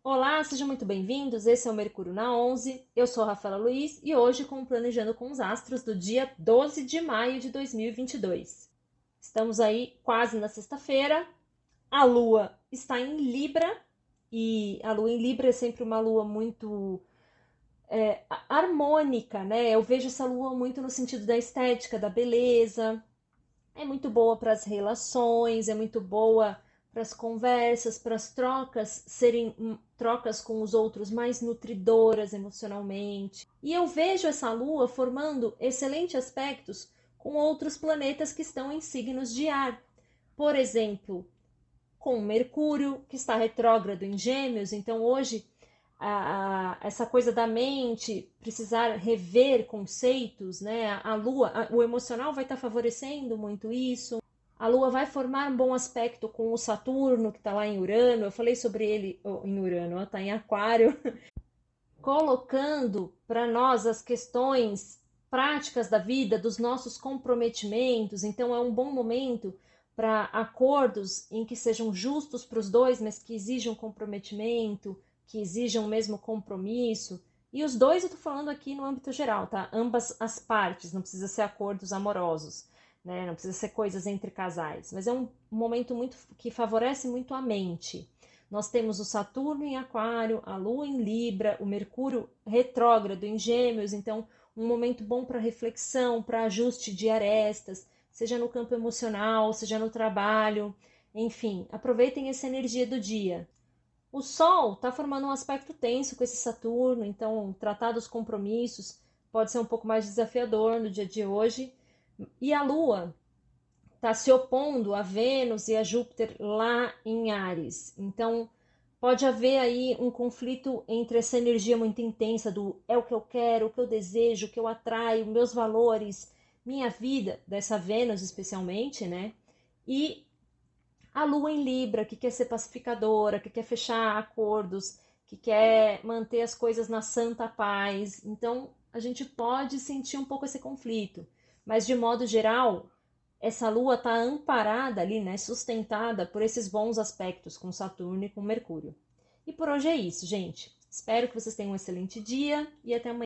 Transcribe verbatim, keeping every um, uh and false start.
Olá, sejam muito bem-vindos. Esse é o Mercúrio na onze. Eu sou a Rafaela Luiz e hoje com o Planejando com os Astros do dia doze de maio de dois mil e vinte e dois. Estamos aí quase na sexta-feira. A Lua está em Libra e a Lua em Libra é sempre uma Lua muito é, harmônica, né? Eu vejo essa Lua muito no sentido da estética, da beleza. É muito boa para as relações, é muito boa para as conversas, para as trocas serem hum, trocas com os outros mais nutridoras emocionalmente. E eu vejo essa lua formando excelentes aspectos com outros planetas que estão em signos de ar. Por exemplo, com Mercúrio, que está retrógrado em Gêmeos, então hoje a, a, essa coisa da mente precisar rever conceitos, né? A, a Lua, a, o emocional vai estar favorecendo muito isso. A Lua vai formar um bom aspecto com o Saturno, que está lá em Urano. Eu falei sobre ele oh, em Urano, está em Aquário, colocando para nós as questões práticas da vida, dos nossos comprometimentos. Então é um bom momento para acordos em que sejam justos para os dois, mas que exijam comprometimento, que exijam mesmo compromisso. E os dois eu tô falando aqui no âmbito geral, tá? Ambas as partes, não precisa ser acordos amorosos, né? Não precisa ser coisas entre casais, mas é um momento muito que favorece muito a mente. Nós temos o Saturno em Aquário, a Lua em Libra, o Mercúrio retrógrado em Gêmeos, então um momento bom para reflexão, para ajuste de arestas, seja no campo emocional, seja no trabalho, enfim, aproveitem essa energia do dia. O Sol está formando um aspecto tenso com esse Saturno, então tratar dos compromissos pode ser um pouco mais desafiador no dia de hoje. E a Lua está se opondo a Vênus e a Júpiter lá em Áries. Então, pode haver aí um conflito entre essa energia muito intensa do é o que eu quero, o que eu desejo, o que eu atraio, meus valores, minha vida, dessa Vênus especialmente, né? E a Lua em Libra, que quer ser pacificadora, que quer fechar acordos, que quer manter as coisas na santa paz. Então, a gente pode sentir um pouco esse conflito. Mas, de modo geral, essa lua está amparada ali, né, sustentada por esses bons aspectos com Saturno e com Mercúrio. E por hoje é isso, gente. Espero que vocês tenham um excelente dia e até amanhã.